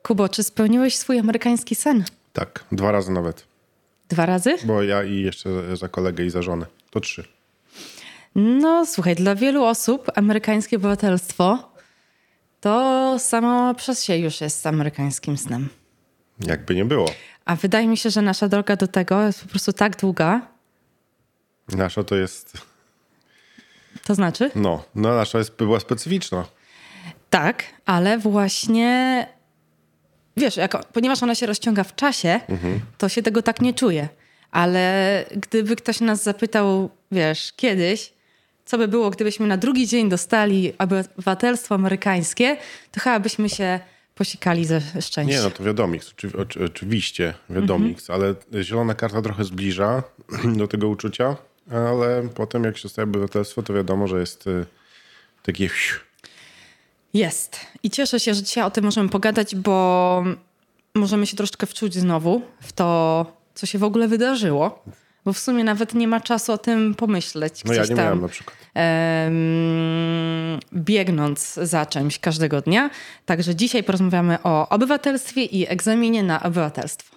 Kubo, czy spełniłeś swój amerykański sen? Tak, 2 razy nawet. 2 razy? Bo ja i jeszcze za kolegę i za żonę. To 3. No słuchaj, dla wielu osób amerykańskie obywatelstwo to samo przez się już jest amerykańskim snem. Jakby nie było. A wydaje mi się, że nasza droga do tego jest po prostu tak długa. Nasza to jest... To znaczy? Nasza była specyficzna. Tak, ale właśnie wiesz, ponieważ ona się rozciąga w czasie, to się tego tak nie czuje. Ale gdyby ktoś nas zapytał, wiesz, kiedyś, co by było, gdybyśmy na drugi dzień dostali obywatelstwo amerykańskie, to chyba byśmy się posikali ze szczęścia. Nie, to wiadomix, oczywiście wiadomix, ale zielona karta trochę zbliża do tego uczucia, ale potem jak się dostaje obywatelstwo, to wiadomo, że jest takie... Jest. I cieszę się, że dzisiaj o tym możemy pogadać, bo możemy się troszeczkę wczuć znowu w to, co się w ogóle wydarzyło. Bo w sumie nawet nie ma czasu o tym pomyśleć. No ja nie miałem na przykład. Biegnąc za czymś każdego dnia. Także dzisiaj porozmawiamy o obywatelstwie i egzaminie na obywatelstwo.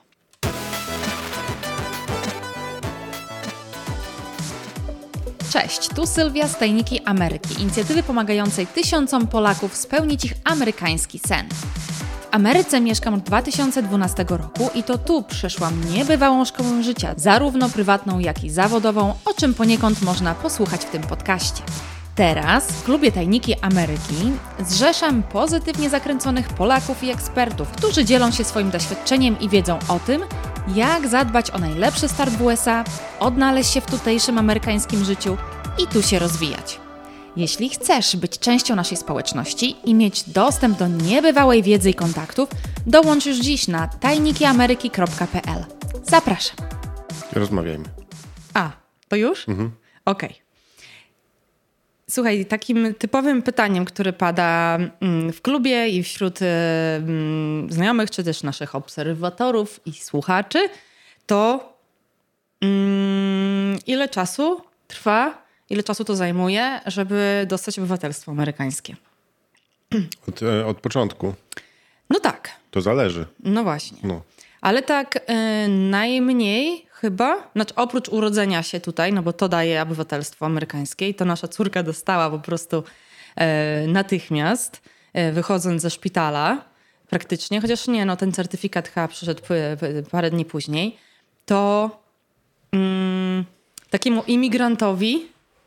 Cześć, tu Sylwia z Tajniki Ameryki, inicjatywy pomagającej tysiącom Polaków spełnić ich amerykański sen. W Ameryce mieszkam od 2012 roku i to tu przeszłam niebywałą szkołę życia, zarówno prywatną, jak i zawodową, o czym poniekąd można posłuchać w tym podcaście. Teraz w klubie Tajniki Ameryki zrzeszam pozytywnie zakręconych Polaków i ekspertów, którzy dzielą się swoim doświadczeniem i wiedzą o tym, jak zadbać o najlepszy start w USA, odnaleźć się w tutejszym amerykańskim życiu i tu się rozwijać. Jeśli chcesz być częścią naszej społeczności i mieć dostęp do niebywałej wiedzy i kontaktów, dołącz już dziś na tajnikiameryki.pl. Zapraszam. Rozmawiajmy. To już? Okej. Słuchaj, takim typowym pytaniem, które pada w klubie i wśród znajomych, czy też naszych obserwatorów i słuchaczy, to ile czasu trwa, ile czasu to zajmuje, żeby dostać obywatelstwo amerykańskie? Od początku. No tak. To zależy. No właśnie. Ale tak najmniej chyba, znaczy oprócz urodzenia się tutaj, no bo to daje obywatelstwo amerykańskie i to nasza córka dostała po prostu natychmiast, wychodząc ze szpitala praktycznie, chociaż nie, ten certyfikat chyba przyszedł parę dni później, to takiemu imigrantowi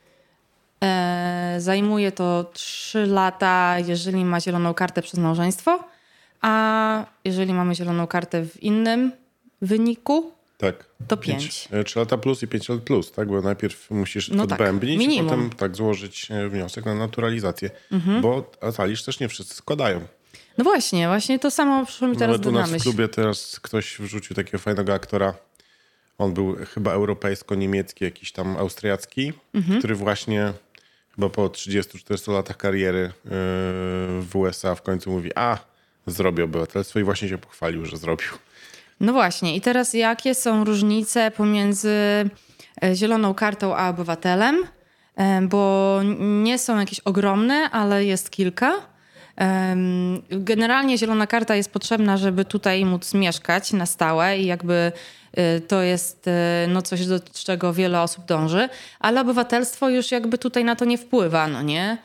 zajmuje to 3 lata, jeżeli ma zieloną kartę przez małżeństwo, a jeżeli mamy zieloną kartę w innym wyniku, tak. To 5. 3 lata plus i 5 lat plus, tak? Bo najpierw musisz odbębnić, i potem złożyć wniosek na naturalizację. Bo Atalisz też nie wszyscy składają. No właśnie to samo przyszło mi teraz u nas na myśl. w klubie teraz ktoś wrzucił takiego fajnego aktora. On był chyba europejsko-niemiecki, jakiś tam austriacki, który właśnie chyba po 30-40 latach kariery w USA w końcu mówi, zrobię obywatelstwo i właśnie się pochwalił, że zrobił. No właśnie. I teraz jakie są różnice pomiędzy zieloną kartą a obywatelem? Bo nie są jakieś ogromne, ale jest kilka. Generalnie zielona karta jest potrzebna, żeby tutaj móc mieszkać na stałe i jakby to jest coś, do czego wiele osób dąży, ale obywatelstwo już jakby tutaj na to nie wpływa, nie?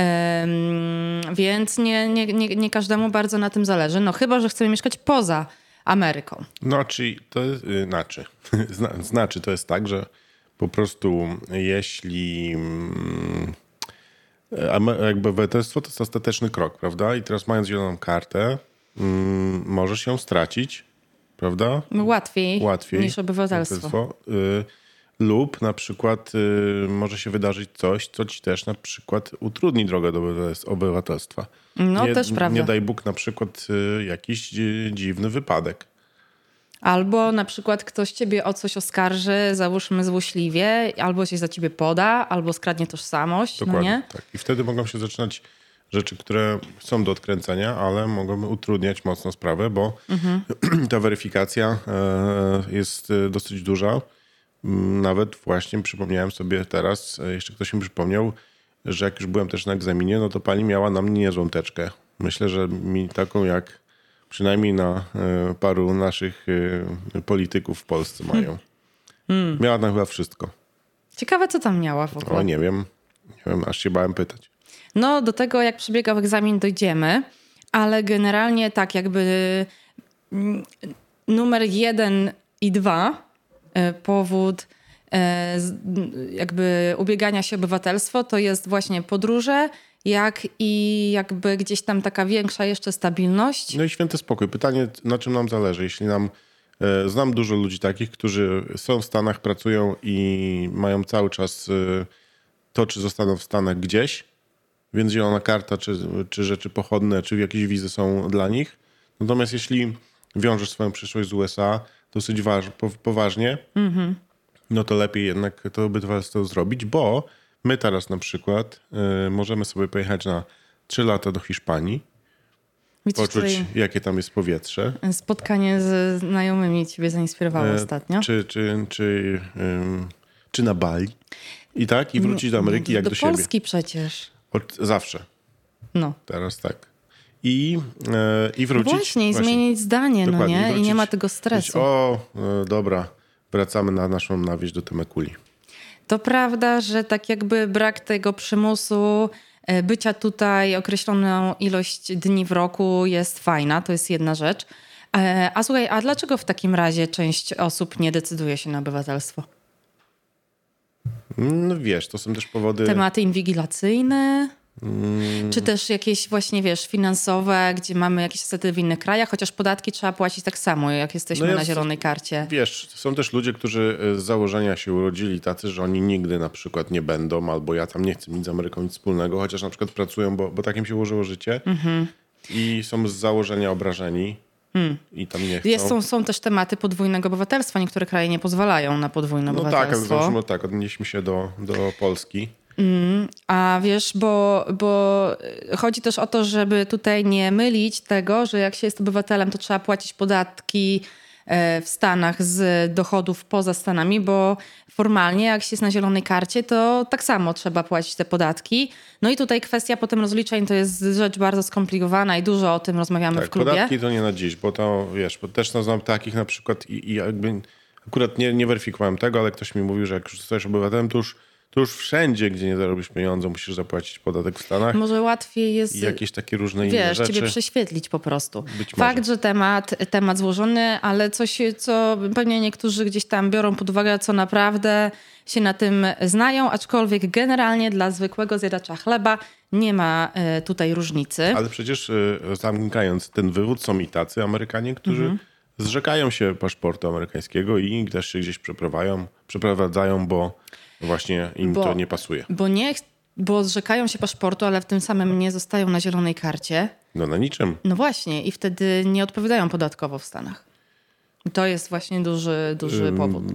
Więc nie każdemu bardzo na tym zależy, chyba że chcemy mieszkać poza Ameryką. Znaczy to jest tak, że po prostu jeśli jakby obywatelstwo to jest ostateczny krok, prawda? I teraz mając zieloną kartę możesz ją stracić, prawda? Łatwiej niż obywatelstwo. Lub na przykład może się wydarzyć coś, co ci też na przykład utrudni drogę do obywatelstwa. Też prawda. Nie daj Bóg na przykład jakiś dziwny wypadek. Albo na przykład ktoś ciebie o coś oskarży, załóżmy złośliwie, albo się za ciebie poda, albo skradnie tożsamość. Dokładnie, tak. I wtedy mogą się zaczynać rzeczy, które są do odkręcenia, ale mogą utrudniać mocno sprawę, bo ta weryfikacja jest dosyć duża. Nawet właśnie przypomniałem sobie teraz, jeszcze ktoś mi przypomniał, że jak już byłem też na egzaminie, to pani miała na mnie niezłą teczkę. Myślę, że mi taką jak przynajmniej na paru naszych polityków w Polsce mają. Miała tam chyba wszystko. Ciekawe, co tam miała w ogóle. O, nie wiem, aż się bałem pytać. No, do tego, jak przebiegał egzamin, dojdziemy, ale generalnie tak jakby numer 1 i 2, powód jakby ubiegania się o obywatelstwo, to jest właśnie podróże, jak i jakby gdzieś tam taka większa jeszcze stabilność. No i święty spokój. Pytanie, na czym nam zależy. Jeśli znam dużo ludzi takich, którzy są w Stanach, pracują i mają cały czas to, czy zostaną w Stanach gdzieś, więc zielona karta, czy rzeczy pochodne, czy jakieś wizy są dla nich. Natomiast jeśli wiążesz swoją przyszłość z USA dosyć poważnie, no to lepiej jednak to obywatelstwo zrobić, bo my teraz na przykład możemy sobie pojechać na 3 lata do Hiszpanii, Widzisz, poczuć, jakie tam jest powietrze. Spotkanie z znajomymi ciebie zainspirowało ostatnio. Czy na Bali. I tak, i wrócić do Ameryki jak do siebie. Do Polski przecież. Zawsze. No. Teraz tak. I wrócić. No właśnie, i zmienić zdanie, dokładnie, no nie? wrócić, I nie ma tego stresu. Dobra, wracamy na naszą na wieś do Temekuli. To prawda, że tak jakby brak tego przymusu bycia tutaj określoną ilość dni w roku jest fajna, to jest jedna rzecz. A słuchaj, a dlaczego w takim razie część osób nie decyduje się na obywatelstwo? No wiesz, to są też powody... Tematy inwigilacyjne? Czy też jakieś właśnie, wiesz, finansowe, gdzie mamy jakieś zasady w innych krajach, chociaż podatki trzeba płacić tak samo, jak jesteśmy na zielonej karcie. Wiesz, są też ludzie, którzy z założenia się urodzili tacy, że oni nigdy na przykład nie będą, albo ja tam nie chcę mieć z Ameryką nic wspólnego, chociaż na przykład pracują, bo tak im się ułożyło życie i są z założenia obrażeni i tam nie chcą. Są też tematy podwójnego obywatelstwa. Niektóre kraje nie pozwalają na podwójne obywatelstwo. No tak, ale załóżmy tak, odnieśmy się do Polski. A wiesz, bo chodzi też o to, żeby tutaj nie mylić tego, że jak się jest obywatelem, to trzeba płacić podatki w Stanach z dochodów poza Stanami, bo formalnie jak się jest na zielonej karcie, to tak samo trzeba płacić te podatki. No i tutaj kwestia potem rozliczeń to jest rzecz bardzo skomplikowana i dużo o tym rozmawiamy w klubie. Podatki to nie na dziś, bo to wiesz, bo też znam takich na przykład i jakby akurat nie weryfikowałem tego, ale ktoś mi mówił, że jak już jesteś obywatelem, to już wszędzie, gdzie nie zarobisz pieniądze, musisz zapłacić podatek w Stanach. Może łatwiej jest... I jakieś takie różne inne rzeczy. Ciebie prześwietlić po prostu. Być Fakt, może. że temat złożony, ale coś, co pewnie niektórzy gdzieś tam biorą pod uwagę, co naprawdę się na tym znają, aczkolwiek generalnie dla zwykłego zjadacza chleba nie ma tutaj różnicy. Ale przecież zamykając ten wywód, są i tacy Amerykanie, którzy zrzekają się paszportu amerykańskiego i też się gdzieś przeprowadzają, bo właśnie im to nie pasuje. Bo zrzekają się paszportu, ale w tym samym nie zostają na zielonej karcie. No na niczym. No właśnie i wtedy nie odpowiadają podatkowo w Stanach. To jest właśnie duży powód.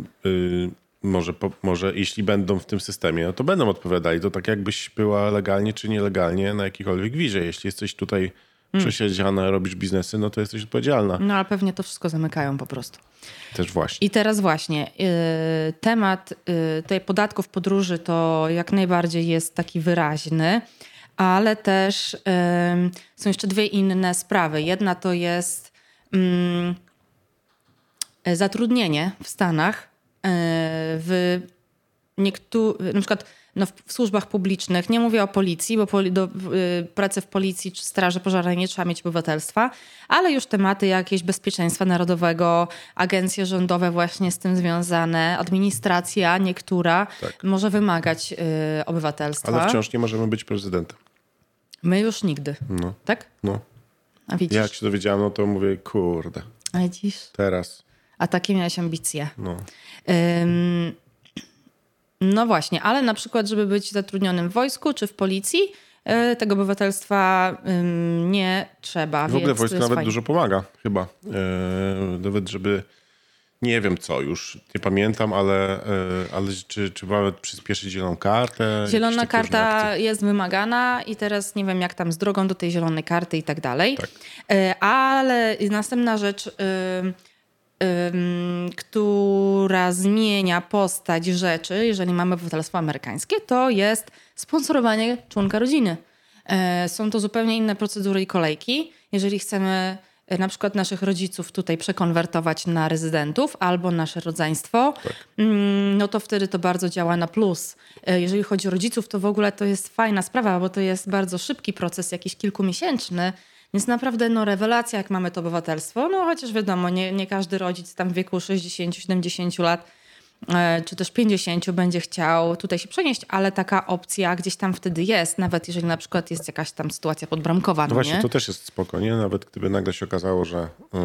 Może jeśli będą w tym systemie, no to będą odpowiadali. To tak jakbyś była legalnie czy nielegalnie na jakiejkolwiek wizie. Jeśli jesteś tutaj przesiedziana, robisz biznesy, no to jesteś odpowiedzialna. No ale pewnie to wszystko zamykają po prostu. Też właśnie. I teraz właśnie temat tej podatków podróży to jak najbardziej jest taki wyraźny, ale też są jeszcze dwie inne sprawy. Jedna to jest zatrudnienie w Stanach na przykład w służbach publicznych. Nie mówię o policji, bo do pracy w policji czy straży pożarnej nie trzeba mieć obywatelstwa, ale już tematy jakieś bezpieczeństwa narodowego, agencje rządowe właśnie z tym związane, administracja niektóra może wymagać obywatelstwa. Ale wciąż nie możemy być prezydentem. My już nigdy. No. Tak? No. A widzisz? Jak się dowiedziałem, no to mówię, kurde. A widzisz? Teraz. A takie miałeś ambicje. No. No właśnie, ale na przykład, żeby być zatrudnionym w wojsku czy w policji, tego obywatelstwa nie trzeba. W ogóle wojsko nawet dużo pomaga chyba. Nawet żeby, nie wiem co już, nie pamiętam, ale czy nawet przyspieszyć zieloną kartę? Zielona karta jest wymagana i teraz nie wiem jak tam z drogą do tej zielonej karty i tak dalej. Tak. Ale następna rzecz... która zmienia postać rzeczy, jeżeli mamy obywatelstwo amerykańskie, to jest sponsorowanie członka rodziny. Są to zupełnie inne procedury i kolejki. Jeżeli chcemy na przykład naszych rodziców tutaj przekonwertować na rezydentów albo nasze rodzeństwo, no to wtedy to bardzo działa na plus. Jeżeli chodzi o rodziców, to w ogóle to jest fajna sprawa, bo to jest bardzo szybki proces, jakiś kilkumiesięczny, więc naprawdę no, rewelacja, jak mamy to obywatelstwo. No chociaż wiadomo, nie każdy rodzic tam w wieku 60-70 lat czy też 50 będzie chciał tutaj się przenieść, ale taka opcja gdzieś tam wtedy jest, nawet jeżeli na przykład jest jakaś tam sytuacja podbramkowa. No właśnie, nie? to też jest spokojnie, nawet gdyby nagle się okazało, że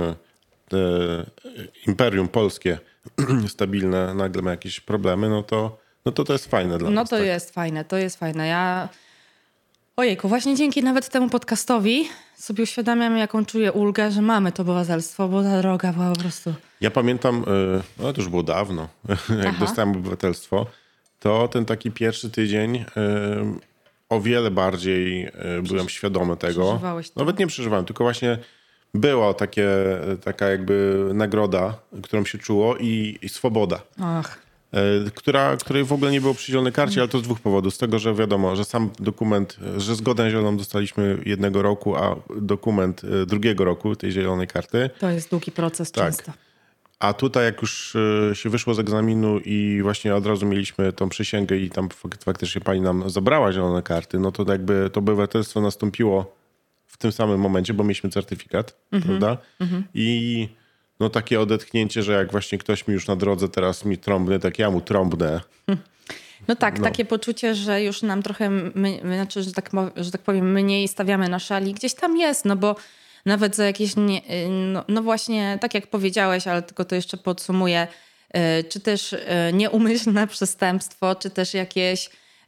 imperium polskie stabilne nagle ma jakieś problemy, no to jest fajne dla nas. No to jest fajne. Ojejku, właśnie dzięki nawet temu podcastowi sobie uświadamiam, jaką czuję ulgę, że mamy to obywatelstwo, bo ta droga była po prostu... Ja pamiętam, no to już było dawno, jak dostałem obywatelstwo, to ten taki pierwszy tydzień o wiele bardziej byłem świadomy tego. Przeżywałeś to? Nawet nie przeżywałem, tylko właśnie była taka jakby nagroda, którą się czuło i swoboda. Ach. Której w ogóle nie było przy zielonej karcie, ale to z dwóch powodów. Z tego, że wiadomo, że sam dokument, że zgodę zieloną dostaliśmy 1 roku, a dokument 2 roku tej zielonej karty. To jest długi proces często. A tutaj jak już się wyszło z egzaminu i właśnie od razu mieliśmy tą przysięgę i tam faktycznie pani nam zabrała zielone karty, no to jakby to obywatelstwo nastąpiło w tym samym momencie, bo mieliśmy certyfikat, prawda? I no takie odetchnięcie, że jak właśnie ktoś mi już na drodze teraz mi trąbnie, tak ja mu trąbnę. No tak, takie poczucie, że już nam trochę, znaczy, że tak powiem, mniej stawiamy na szali. Gdzieś tam jest, no bo nawet za jakieś, no właśnie, tak jak powiedziałeś, ale tylko to jeszcze podsumuję, czy też nieumyślne przestępstwo, czy też jakieś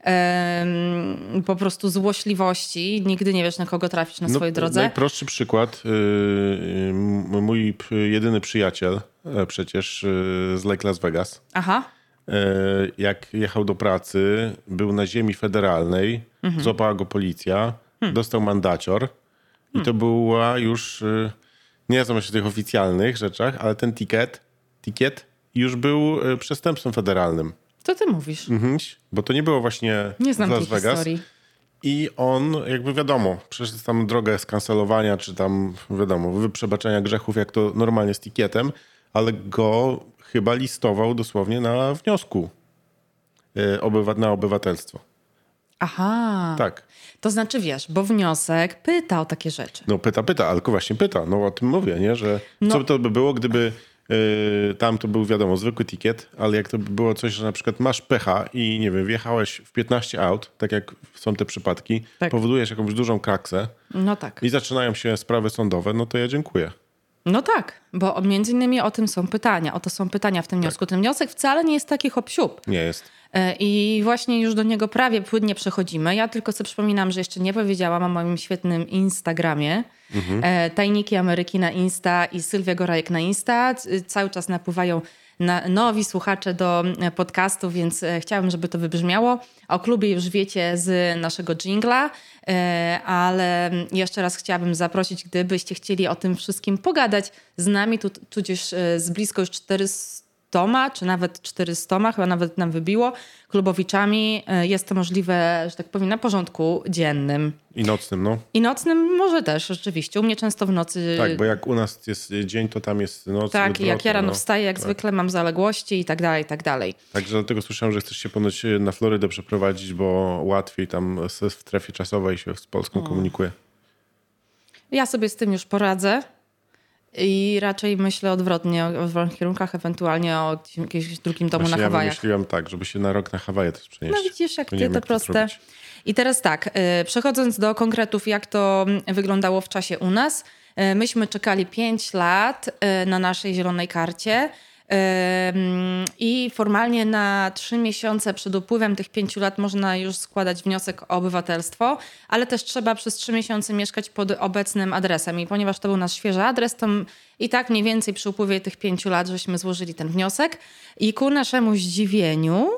po prostu złośliwości. Nigdy nie wiesz, na kogo trafisz na swojej drodze. Najprostszy przykład. Mój jedyny przyjaciel przecież z Lake Las Vegas. Aha. Jak jechał do pracy, był na ziemi federalnej, złapała go policja, dostał mandacior i to była już, nie znam się o tych oficjalnych rzeczach, ale ten ticket już był przestępstwem federalnym. Co ty mówisz? Bo to nie było właśnie Nie znam w Las tej Vegas. historii. I on, jakby wiadomo, przeszedł tam drogę skancelowania, czy tam, wiadomo, wyprzebaczenia grzechów, jak to normalnie z tikietem, ale go chyba listował dosłownie na wniosku na obywatelstwo. Aha. Tak. To znaczy, wiesz, bo wniosek pyta o takie rzeczy. No pyta, ale właśnie pyta. No o tym mówię, nie? Że co by to by było, gdyby tam to był, wiadomo, zwykły ticket, ale jak to by było coś, że na przykład masz pecha i nie wiem, wjechałeś w 15 aut, tak jak są te przypadki, powodujesz jakąś dużą kraksę i zaczynają się sprawy sądowe, no to ja dziękuję. No tak, bo między innymi o tym są pytania. Oto są pytania w tym wniosku. Ten wniosek wcale nie jest taki hop-siup. Nie jest. I właśnie już do niego prawie płynnie przechodzimy. Ja tylko sobie przypominam, że jeszcze nie powiedziałam o moim świetnym Instagramie. Tajniki Ameryki na Insta i Sylwia Gorajek na Insta. Cały czas napływają nowi słuchacze do podcastu, więc chciałabym, żeby to wybrzmiało. O klubie już wiecie z naszego dżingla, ale jeszcze raz chciałabym zaprosić, gdybyście chcieli o tym wszystkim pogadać z nami, tudzież z blisko już 400, czy nawet 400, chyba nawet nam wybiło, klubowiczami. Jest to możliwe, że tak powiem, na porządku dziennym. I nocnym, no. I nocnym może też, rzeczywiście. U mnie często w nocy... Tak, bo jak u nas jest dzień, to tam jest noc. Tak, i jak ja rano wstaję, jak zwykle mam zaległości i tak dalej, i tak dalej. Także dlatego słyszałem, że chcesz się ponoć na Florydę przeprowadzić, bo łatwiej tam w strefie czasowej się z Polską komunikuje. Ja sobie z tym już poradzę. I raczej myślę odwrotnie, o odwrotnych kierunkach, ewentualnie o jakimś drugim domu na Hawajach. Ja myśliłem tak, żeby się na rok na Hawaje też przenieść. No widzisz, jak to proste. I teraz tak, przechodząc do konkretów, jak to wyglądało w czasie u nas. Myśmy czekali 5 lat na naszej zielonej karcie i formalnie na 3 miesiące przed upływem tych 5 lat można już składać wniosek o obywatelstwo, ale też trzeba przez 3 miesiące mieszkać pod obecnym adresem. I ponieważ to był nasz świeży adres, to i tak mniej więcej przy upływie tych 5 lat żeśmy złożyli ten wniosek i ku naszemu zdziwieniu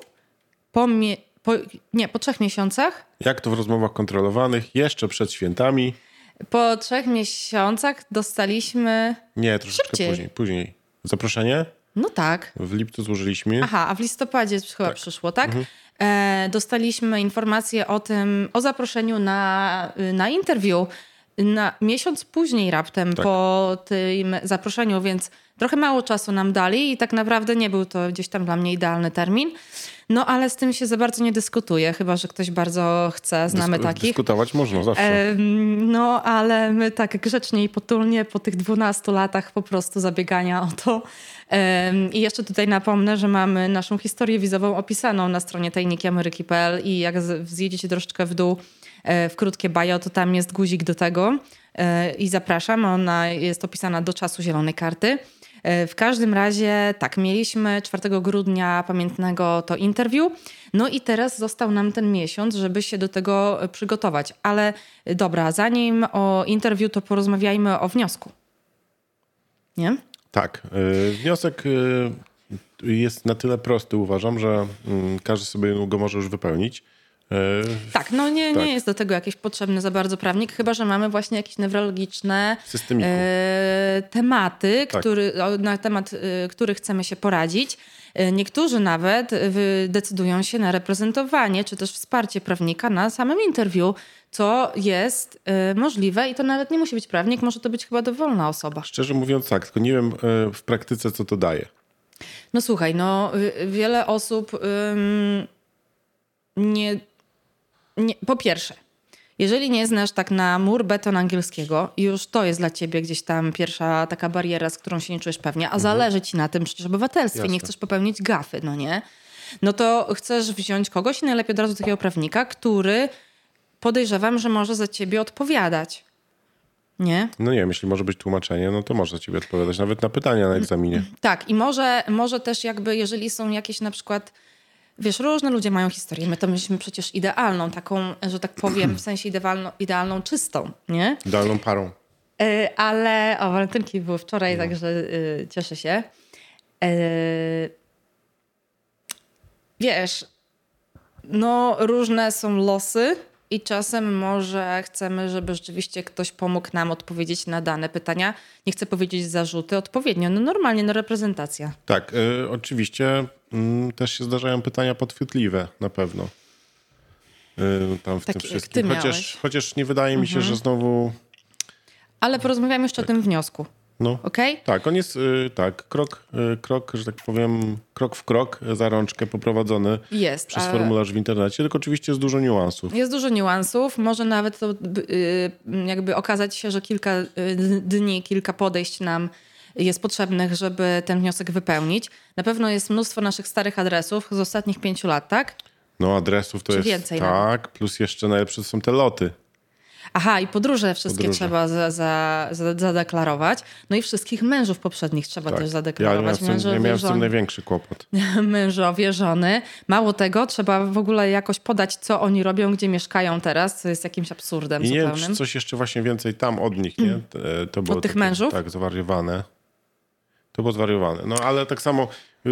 po 3 miesiącach... Jak to w rozmowach kontrolowanych, jeszcze przed świętami... Po 3 miesiącach dostaliśmy... Nie, troszeczkę później. Zaproszenie? No tak. W lipcu złożyliśmy. Aha, a w listopadzie chyba przyszło, tak? Dostaliśmy informację o tym, o zaproszeniu na interview na miesiąc później raptem po tym zaproszeniu, więc trochę mało czasu nam dali i tak naprawdę nie był to gdzieś tam dla mnie idealny termin. No ale z tym się za bardzo nie dyskutuje, chyba że ktoś bardzo chce, znamy takich. Dyskutować można zawsze. No ale my tak grzecznie i potulnie po tych 12 latach po prostu zabiegania o to. I jeszcze tutaj napomnę, że mamy naszą historię wizową opisaną na stronie tajnikiameryki.pl i jak zjedziecie troszeczkę w dół w krótkie bio, to tam jest guzik do tego i zapraszam. Ona jest opisana do czasu zielonej karty. W każdym razie tak, mieliśmy 4 grudnia pamiętnego to interview, no i teraz został nam ten miesiąc, żeby się do tego przygotować. Ale dobra, zanim o interview, to porozmawiajmy o wniosku. Nie? Tak. Wniosek jest na tyle prosty, uważam, że każdy sobie go może już wypełnić. Tak, no nie jest do tego jakiś potrzebny za bardzo prawnik, chyba że mamy właśnie jakieś newralgiczne tematy, na temat których chcemy się poradzić. Niektórzy nawet decydują się na reprezentowanie czy też wsparcie prawnika na samym interview, co jest możliwe i to nawet nie musi być prawnik, może to być chyba dowolna osoba. Szczerze mówiąc tak, tylko nie wiem w praktyce, co to daje. No słuchaj, wiele osób po pierwsze, jeżeli nie znasz tak na mur beton angielskiego, już to jest dla ciebie gdzieś tam pierwsza taka bariera, z którą się nie czujesz pewnie, a zależy ci na tym przecież obywatelstwie, nie chcesz popełnić gafy, no nie? No to chcesz wziąć kogoś i najlepiej od razu takiego prawnika, który podejrzewam, że może za ciebie odpowiadać. Nie? No nie wiem, jeśli może być tłumaczenie, no to może za ciebie odpowiadać nawet na pytania na egzaminie. Tak i może też jakby, jeżeli są jakieś na przykład... Wiesz, różne ludzie mają historię. My to mieliśmy przecież idealną, taką, że tak powiem, w sensie idealną czystą, nie? Idealną parą. Ale, walentynki były wczoraj, także cieszę się. Wiesz, różne są losy i czasem może chcemy, żeby rzeczywiście ktoś pomógł nam odpowiedzieć na dane pytania. Nie chcę powiedzieć zarzuty, odpowiednio, normalnie, reprezentacja. Tak, oczywiście też się zdarzają pytania podchwytliwe na pewno. Tam w tym wszystkim. Chociaż nie wydaje mi się, że znowu... Ale porozmawiamy jeszcze o tym wniosku. No, okej? Tak, on jest krok, że tak powiem, krok w krok za rączkę poprowadzony przez formularz w internecie, tylko oczywiście jest dużo niuansów. Jest dużo niuansów, może nawet to jakby okazać się, że kilka dni, kilka podejść nam jest potrzebnych, żeby ten wniosek wypełnić. Na pewno jest mnóstwo naszych starych adresów z ostatnich 5 lat, tak? No adresów to czy jest więcej tak, nawet. Plus jeszcze najlepsze są te loty. Aha, i podróże wszystkie trzeba zadeklarować. No i wszystkich mężów poprzednich trzeba też zadeklarować. Ja miałem z tym największy kłopot. Mężowie, żony. Mało tego, trzeba w ogóle jakoś podać, co oni robią, gdzie mieszkają teraz, co jest jakimś absurdem I nie zupełnym. wiem, czy coś jeszcze właśnie więcej tam od nich, nie? To było od tych mężów? Tak, zwariowane. To było zwariowane. No ale tak samo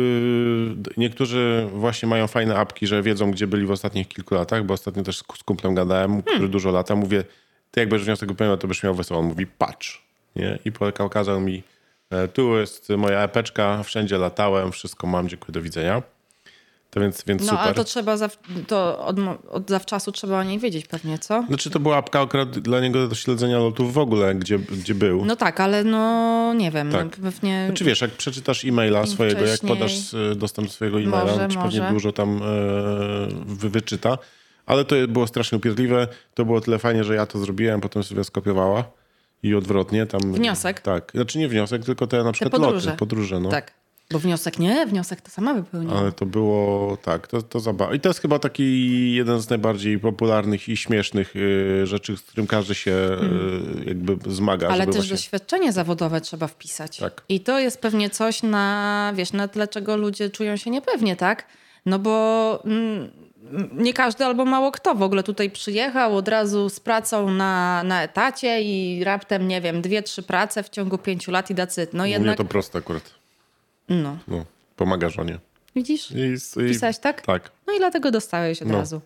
niektórzy właśnie mają fajne apki, że wiedzą, gdzie byli w ostatnich kilku latach, bo ostatnio też z kumplem gadałem, który dużo lata. Mówię, ty jak będziesz wniosek wypełniał, to byś miał wesoło. On mówi, patrz. Nie? I pokazał mi, tu jest moja epeczka, wszędzie latałem, wszystko mam, dziękuję, do widzenia. To więc super. Ale to trzeba, od zawczasu trzeba o niej wiedzieć pewnie, co? Znaczy to była apka akurat dla niego do śledzenia lotów w ogóle, gdzie był. No tak, ale nie wiem. Tak. Pewnie... Znaczy wiesz, jak przeczytasz e-maila swojego, jak podasz dostęp do swojego e-maila, to pewnie dużo tam wyczyta. Ale to było strasznie upierdliwe. To było tyle fajnie, że ja to zrobiłem, potem sobie skopiowała i odwrotnie. Tam, wniosek? Tak. Znaczy nie wniosek, tylko te na przykład podróże. No. Tak. Bo wniosek to sama wypełniła. Ale to było, tak, to zabawa. I to jest chyba taki jeden z najbardziej popularnych i śmiesznych rzeczy, z którym każdy się jakby zmaga. Ale też doświadczenie zawodowe trzeba wpisać. Tak. I to jest pewnie coś na tle czego ludzie czują się niepewnie, tak? No bo nie każdy albo mało kto w ogóle tutaj przyjechał od razu z pracą na etacie i raptem, nie wiem, 2-3 prace w ciągu 5 lat i that's it. No jednak... Nie to proste akurat. No. Pomaga żonie. Widzisz? Pisałeś tak? Tak. No i dlatego dostałeś od razu.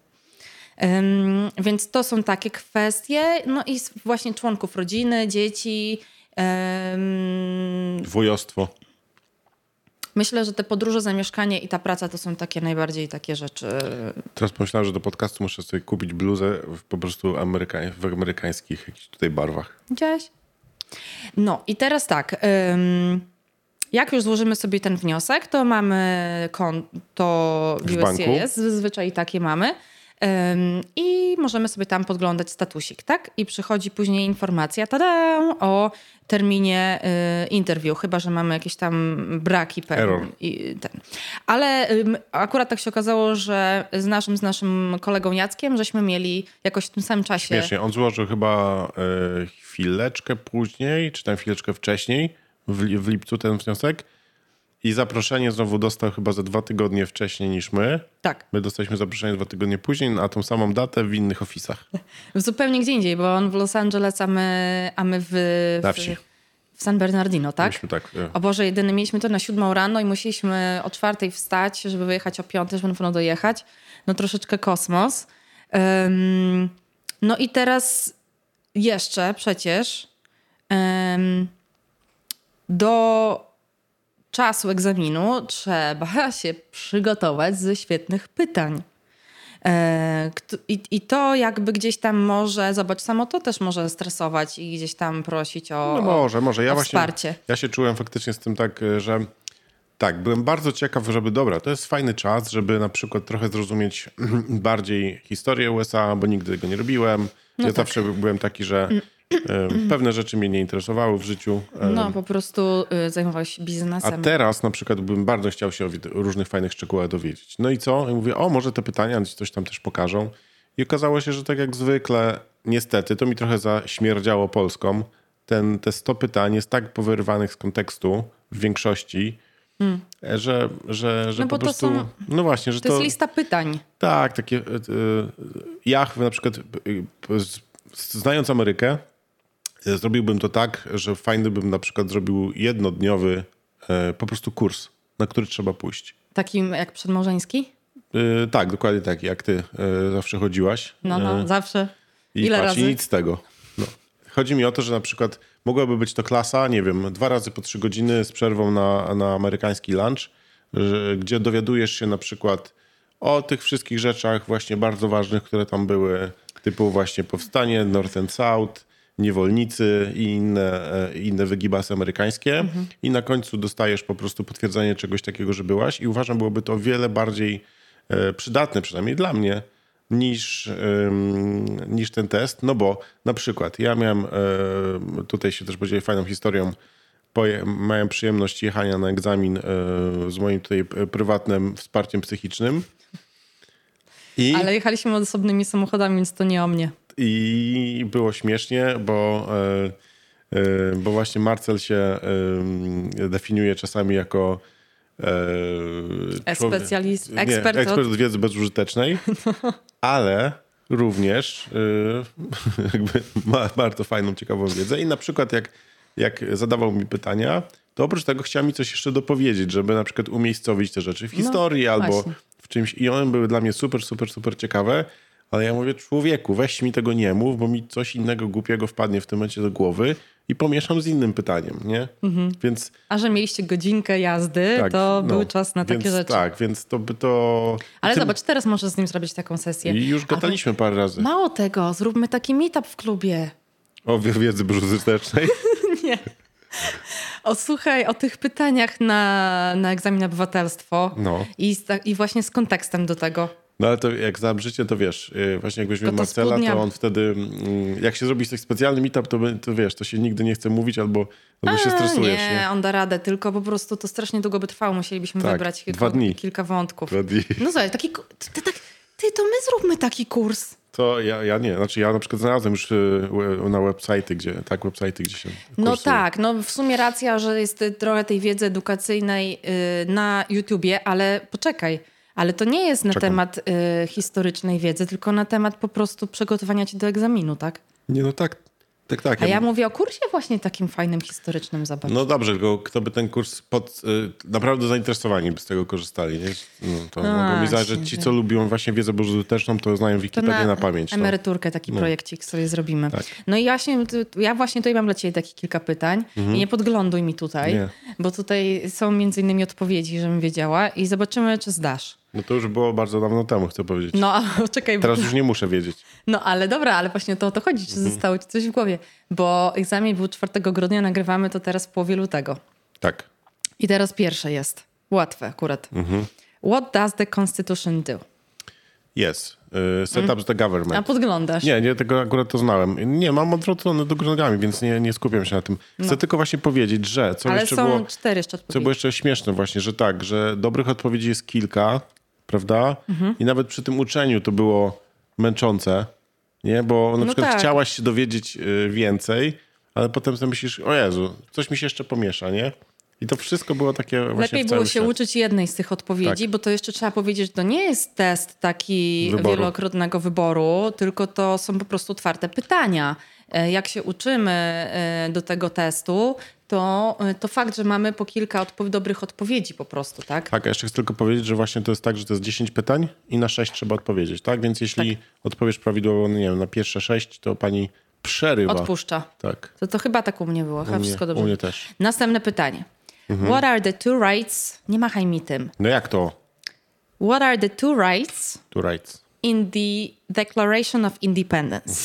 Więc to są takie kwestie. No i właśnie członków rodziny, dzieci. Wujostwo. myślę, że te podróże, zamieszkanie i ta praca to są takie najbardziej takie rzeczy. Teraz pomyślałem, że do podcastu muszę sobie kupić bluzę po prostu w amerykańskich jakichś tutaj barwach. Widziałeś? No i teraz tak. Jak już złożymy sobie ten wniosek, to mamy konto W USCIS, banku. zazwyczaj takie mamy. I możemy sobie tam podglądać statusik, tak? I przychodzi później informacja, o terminie interview, chyba że mamy jakieś tam braki pewne. Error. Ale akurat tak się okazało, że z naszym kolegą Jackiem, żeśmy mieli jakoś w tym samym czasie. Śmiesznie, on złożył chyba chwileczkę później, czy tam chwileczkę wcześniej, w lipcu ten wniosek. I zaproszenie znowu dostał chyba za 2 tygodnie wcześniej niż my. Tak. My dostaliśmy zaproszenie 2 tygodnie później na tą samą datę w innych ofisach. Zupełnie gdzie indziej, bo on w Los Angeles, a my Na wsi. w San Bernardino, tak? Myśmy tak. O Boże, jedyny mieliśmy to na 7 rano i musieliśmy o 4 wstać, żeby wyjechać o 5, żeby na pewno dojechać. No troszeczkę kosmos. No i teraz jeszcze przecież do czasu egzaminu trzeba się przygotować ze świetnych pytań. I to jakby gdzieś tam może, zobacz, samo to też może stresować i gdzieś tam prosić o Może. Ja o właśnie, wsparcie. ja się czułem faktycznie z tym tak, że tak, byłem bardzo ciekaw, żeby to jest fajny czas, żeby na przykład trochę zrozumieć bardziej historię USA, bo nigdy tego nie robiłem. Ja zawsze byłem taki, że pewne rzeczy mnie nie interesowały w życiu. No, po prostu zajmowałeś się A biznesem. teraz na przykład bym bardzo chciał się o różnych fajnych szczegółach dowiedzieć. No i co? I mówię, może te pytania coś tam też pokażą. I okazało się, że tak jak zwykle, niestety, to mi trochę zaśmierdziało Polską. Te 100 pytań jest tak powyrywanych z kontekstu w większości, że No po bo to prostu... są- No właśnie, że To jest lista pytań. Tak, takie... Ja na przykład, znając Amerykę, zrobiłbym to tak, że fajny bym na przykład zrobił jednodniowy po prostu kurs, na który trzeba pójść. Takim jak przedmałżeński? Tak, dokładnie tak, jak ty zawsze chodziłaś. No, zawsze. I Ile patrz, razy? i nic z tego. No. Chodzi mi o to, że na przykład mogłaby być to klasa, nie wiem, 2 razy po 3 godziny z przerwą na amerykański lunch, gdzie dowiadujesz się na przykład o tych wszystkich rzeczach właśnie bardzo ważnych, które tam były, typu właśnie powstanie, North and South, niewolnicy i inne wygibasy amerykańskie. I na końcu dostajesz po prostu potwierdzenie czegoś takiego, że byłaś i uważam, byłoby to o wiele bardziej przydatne, przynajmniej dla mnie, niż ten test. No bo na przykład ja miałem, tutaj się też podzielę fajną historią, miałem przyjemność jechania na egzamin z moim tutaj prywatnym wsparciem psychicznym. Ale jechaliśmy osobnymi samochodami, więc to nie o mnie. I było śmiesznie, bo właśnie Marcel się definiuje czasami jako ekspert od wiedzy bezużytecznej, ale również jakby ma bardzo fajną, ciekawą wiedzę i na przykład jak zadawał mi pytania, to oprócz tego chciał mi coś jeszcze dopowiedzieć, żeby na przykład umiejscowić te rzeczy w historii albo właśnie. w czymś i one były dla mnie super, super, super ciekawe. Ale ja mówię, człowieku, weź mi tego nie mów, bo mi coś innego głupiego wpadnie w tym momencie do głowy i pomieszam z innym pytaniem, nie? Więc... A że mieliście godzinkę jazdy, Tak, to no, był czas na takie rzeczy. Tak, więc to by to... Ale zobacz, teraz możesz z nim zrobić taką sesję. I już gadaliśmy parę razy. Mało tego, zróbmy taki meetup w klubie. O wiedzy bezużytecznej. Nie. Słuchaj, o tych pytaniach na egzamin na obywatelstwo No. I właśnie z kontekstem do tego. No ale to jak znam życie, to wiesz, właśnie jak weźmiemy To to Marcela, spódnia. to on wtedy, jak się zrobi coś specjalny meetup, to wiesz, to się nigdy nie chce mówić albo się stresujesz, nie? On da radę, tylko po prostu to strasznie długo by trwało. Musielibyśmy Tak, wybrać 2 dni. kilka wątków. 2 dni. No słuchaj, to my zróbmy taki kurs. To ja nie, znaczy ja na przykład znalazłem już na websajty, gdzie się No kursy... tak, no w sumie racja, że jest trochę tej wiedzy edukacyjnej na YouTubie, ale poczekaj, ale to nie jest na temat historycznej wiedzy, tylko na temat po prostu przygotowania cię do egzaminu, tak? Nie, no tak. A ja mówię o kursie właśnie takim fajnym, historycznym, zobacz. No dobrze, tylko kto by ten kurs naprawdę zainteresowani by z tego korzystali, nie? No, to mogą mi zależeć. Ci, co lubią właśnie wiedzę bezużyteczną, to znają Wikipedię na pamięć. Emeryturkę taki projekcik sobie zrobimy. Tak. No i ja właśnie tutaj mam dla ciebie takie kilka pytań i nie podgląduj mi tutaj, Nie. bo tutaj są między innymi odpowiedzi, żebym wiedziała i zobaczymy, czy zdasz. No to już było bardzo dawno temu, chcę powiedzieć. No, czekaj. Teraz już nie muszę wiedzieć. No, ale dobra, ale właśnie to o to chodzi, czy zostało ci coś w głowie. Bo egzamin był 4 grudnia, nagrywamy to teraz w połowie lutego. Tak. I teraz pierwsze jest. Łatwe akurat. What does the Constitution do? Yes. Set up the government. A podglądasz. Nie, tego akurat to znałem. Nie, mam odwrócone do nogami, więc nie skupiam się na tym. Chcę tylko właśnie powiedzieć, że... Ale są 4 jeszcze odpowiedzi. Co było jeszcze śmieszne właśnie, że tak, że dobrych odpowiedzi jest kilka, prawda? I nawet przy tym uczeniu to było męczące, nie? Bo na przykład chciałaś się dowiedzieć więcej, ale potem sobie myślisz, o Jezu, coś mi się jeszcze pomiesza, nie? I to wszystko było takie właśnie Lepiej było się uczyć jednej z tych odpowiedzi, bo to jeszcze trzeba powiedzieć, że to nie jest test taki wielokrotnego wyboru, tylko to są po prostu otwarte pytania. Jak się uczymy do tego testu, to fakt, że mamy po kilka dobrych odpowiedzi po prostu, tak? Tak, a jeszcze chcę tylko powiedzieć, że właśnie to jest tak, że to jest 10 pytań i na 6 trzeba odpowiedzieć, tak? Więc jeśli odpowiesz prawidłowo, no nie wiem, na pierwsze 6, to pani przerywa. Odpuszcza. Tak. To chyba tak u mnie było. Chyba wszystko dobrze. U mnie też. Następne pytanie. What are the two rights... Nie machaj mi tym. No jak to? What are the two rights... Two rights. In the Declaration of Independence?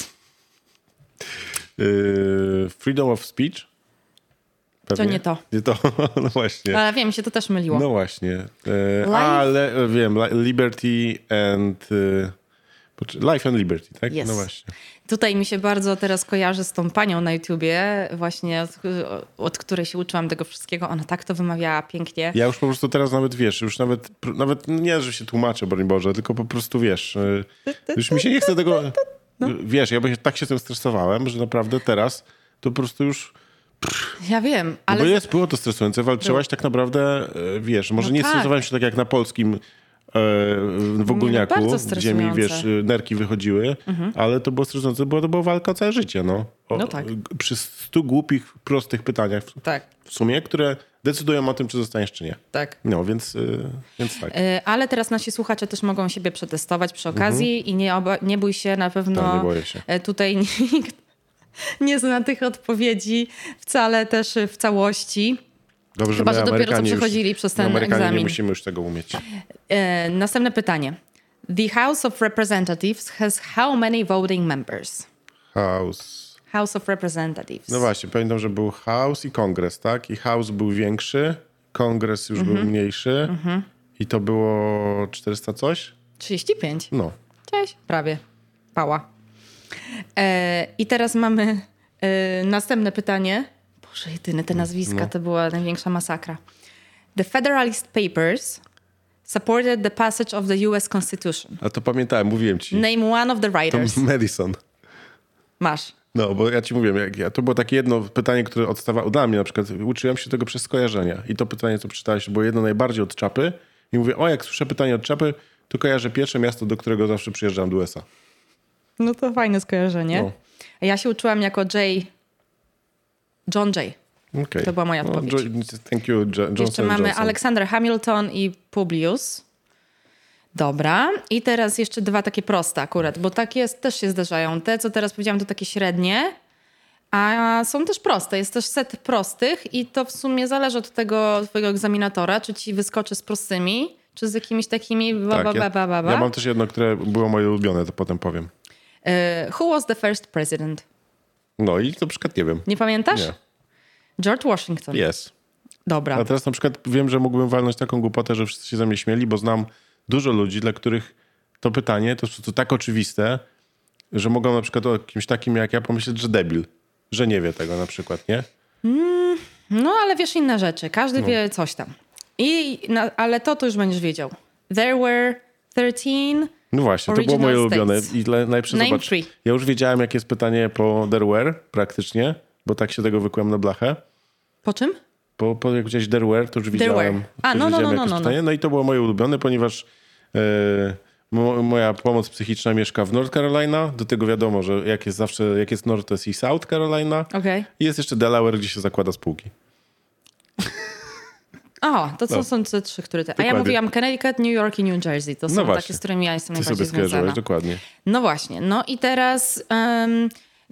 Freedom of speech? Pewnie? To nie to. Nie to, no właśnie. Ale wiem, się to też myliło. No właśnie. Ale wiem, liberty and... Life and Liberty, tak? Yes. No właśnie. Tutaj mi się bardzo teraz kojarzy z tą panią na YouTubie, właśnie od której się uczyłam tego wszystkiego. Ona tak to wymawiała pięknie. Ja już po prostu teraz nawet, wiesz, już nawet nie, że się tłumaczę, broń Boże, tylko po prostu, wiesz, już mi się nie chce tego... No. Wiesz, ja tak się tym stresowałem, że naprawdę teraz to po prostu już... Ja wiem, ale... No bo było to stresujące, walczyłaś tak naprawdę, wiesz, może nie stresowałem się tak jak na polskim w ogólniaku, gdzie mi, wiesz, nerki wychodziły, ale to było stresujące, bo to była walka o całe życie, no. Tak. Przy 100 głupich, prostych pytaniach w sumie, które decydują o tym, czy zostaniesz, czy nie. Tak. No, więc tak. Ale teraz nasi słuchacze też mogą siebie przetestować przy okazji i nie bój się, na pewno Tak, nie boję się. Tutaj nikt nie zna tych odpowiedzi wcale też w całości. Dobrze, chyba, że dopiero co przechodzili przez ten egzamin. Nie musimy już tego umieć. Następne pytanie. The House of Representatives has how many voting members? House of Representatives. No właśnie, pamiętam, że był House i Kongres, tak? I House był większy, Kongres już był mniejszy i to było 400 coś? 35. No. Cześć, prawie. Pała. I teraz mamy następne pytanie. Boże jedyne, te nazwiska to była największa masakra. The Federalist Papers supported the passage of the US Constitution. A to pamiętałem, mówiłem ci. Name one of the writers. To Madison. Masz. No, bo ja ci mówiłem, to było takie jedno pytanie, które odstawało dla mnie na przykład. Uczyłem się tego przez skojarzenia. I to pytanie, co przeczytałeś, było jedno najbardziej od czapy. I mówię, jak słyszę pytanie od czapy, to kojarzę pierwsze miasto, do którego zawsze przyjeżdżam do USA. No to fajne skojarzenie. No. A ja się uczyłam jako John Jay. Okay. To była moja odpowiedź. Thank you, Jeszcze mamy Alexander Hamilton i Publius. Dobra. I teraz jeszcze dwa takie proste akurat, bo takie też się zdarzają. Te, co teraz powiedziałam, to takie średnie, a są też proste. Jest też set prostych i to w sumie zależy od tego twojego egzaminatora, czy ci wyskoczy z prostymi, czy z jakimiś takimi Ja mam też jedno, które było moje ulubione, to potem powiem. Who was the first president? No i na przykład nie wiem. Nie pamiętasz? Nie. George Washington. Yes. Dobra. A teraz na przykład wiem, że mógłbym walnąć taką głupotę, że wszyscy się ze mnie śmieli, bo znam dużo ludzi, dla których to pytanie to jest tak oczywiste, że mogą na przykład o kimś takim jak ja pomyśleć, że debil. Że nie wie tego na przykład, nie? No, ale wiesz inne rzeczy. Każdy wie coś tam. Ale to już będziesz wiedział. There were 13... No właśnie, to było moje ulubione. I najlepsze, Name zobacz, three. ja już wiedziałem, jakie jest pytanie po there were praktycznie, bo tak się tego wykułem na blachę. Po czym? Po jak gdzieś there were, to już widziałem. No i to było moje ulubione, ponieważ moja pomoc psychiczna mieszka w North Carolina. Do tego wiadomo, że jak jest North, to jest i South Carolina. Okay. I jest jeszcze Delaware, gdzie się zakłada spółki. To są te trzy, które... A ja mówiłam Connecticut, New York i New Jersey. To są takie, z którymi ja jestem najbardziej związana. Dokładnie. No właśnie. No i teraz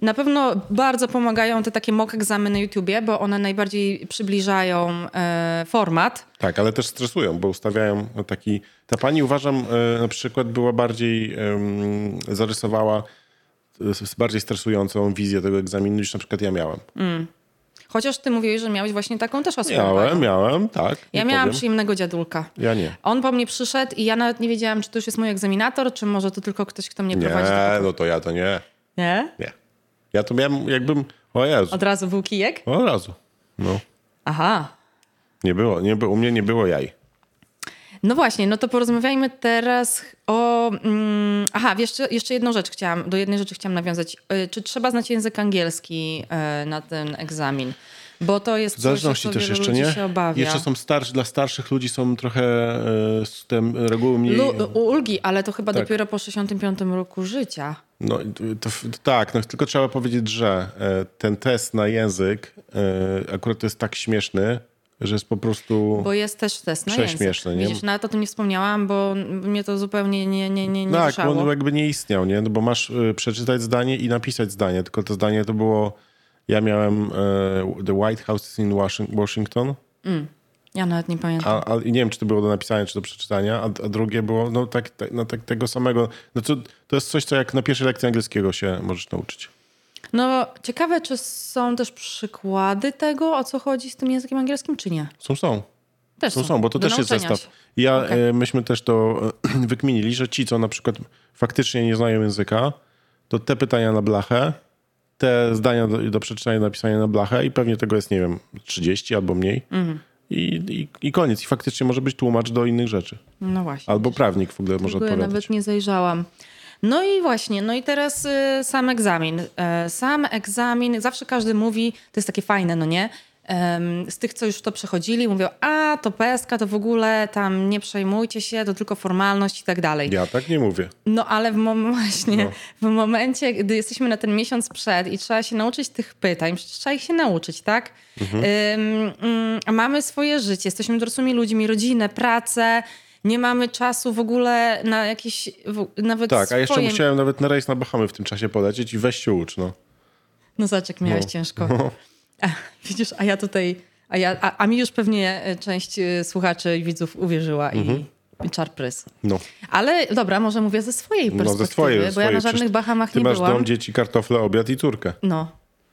Na pewno bardzo pomagają te takie mock egzamy na YouTubie, bo one najbardziej przybliżają format. Tak, ale też stresują, bo ustawiają taki... Ta pani, uważam, na przykład była bardziej... zarysowała bardziej stresującą wizję tego egzaminu niż na przykład ja miałem. Chociaż ty mówiłeś, że miałeś właśnie taką też osobę. Miałem, tak. Ja miałam przyjemnego dziadulka. Ja nie. On po mnie przyszedł i ja nawet nie wiedziałam, czy to już jest mój egzaminator, czy może to tylko ktoś, kto mnie prowadzi. Nie, no to ja to nie. Nie? Nie. Ja to miałem jakbym... O Jezu. Od razu był kijek? Od razu. No. Aha. Nie było, u mnie nie było jaj. No właśnie, no to porozmawiajmy teraz o... Aha, jeszcze jedną rzecz do jednej rzeczy chciałam nawiązać. Czy trzeba znać język angielski na ten egzamin? Bo to jest w zależności coś, o co też wielu jeszcze ludzi nie. się obawia. Jeszcze są dla starszych ludzi są trochę reguły mniej... Ulgi, ale to chyba dopiero po 65 roku życia. No tak, no tylko trzeba powiedzieć, że ten test na język akurat to jest tak śmieszny, że jest po prostu... Bo jest też test na język. Prześmieszny, nie? Widzisz, nawet o tym nie wspomniałam, bo mnie to zupełnie nie tak, ruszało. bo on jakby nie istniał, nie? No bo masz przeczytać zdanie i napisać zdanie, tylko to zdanie to było... Ja miałem The White House is in Washington. Ja nawet nie pamiętam. A nie wiem, czy to było do napisania, czy do przeczytania, a drugie było tego samego. No to jest coś, co jak na pierwszej lekcji angielskiego się możesz nauczyć. No ciekawe, czy są też przykłady tego, o co chodzi z tym językiem angielskim, czy nie? Są. Też Są, bo to do też jest nauczenia zestaw. Myśmy też to wykminili, że ci, co na przykład faktycznie nie znają języka, to te pytania na blachę, te zdania do przeczytania, napisania na blachę i pewnie tego jest, nie wiem, 30 albo mniej. I koniec. I faktycznie może być tłumacz do innych rzeczy. No właśnie. Albo prawnik w ogóle może odpowiadać. Nawet nie zajrzałam. No i właśnie, no i teraz sam egzamin. Sam egzamin, zawsze każdy mówi, to jest takie fajne, no nie? Z tych, co już to przechodzili, mówią, a to peska, to w ogóle tam nie przejmujcie się, to tylko formalność i tak dalej. Ja tak nie mówię. No ale w momencie, gdy jesteśmy na ten miesiąc przed i trzeba się nauczyć tych pytań, przecież trzeba ich się nauczyć, tak? Mamy swoje życie, jesteśmy dorosłymi ludźmi, rodzinę, pracę, nie mamy czasu w ogóle na jakieś nawet tak, a jeszcze musiałem nawet na rejs na Bahamy w tym czasie polecieć i weź się ucz, no. No zobacz, jak miałeś ciężko. Widzisz, a ja tutaj... A mi już pewnie część słuchaczy i widzów uwierzyła i czarprys. No. Ale dobra, może mówię ze swojej perspektywy, bo ja na żadnych Bahamach nie byłam. Ty masz dom, dzieci, kartofle, obiad i córkę. No.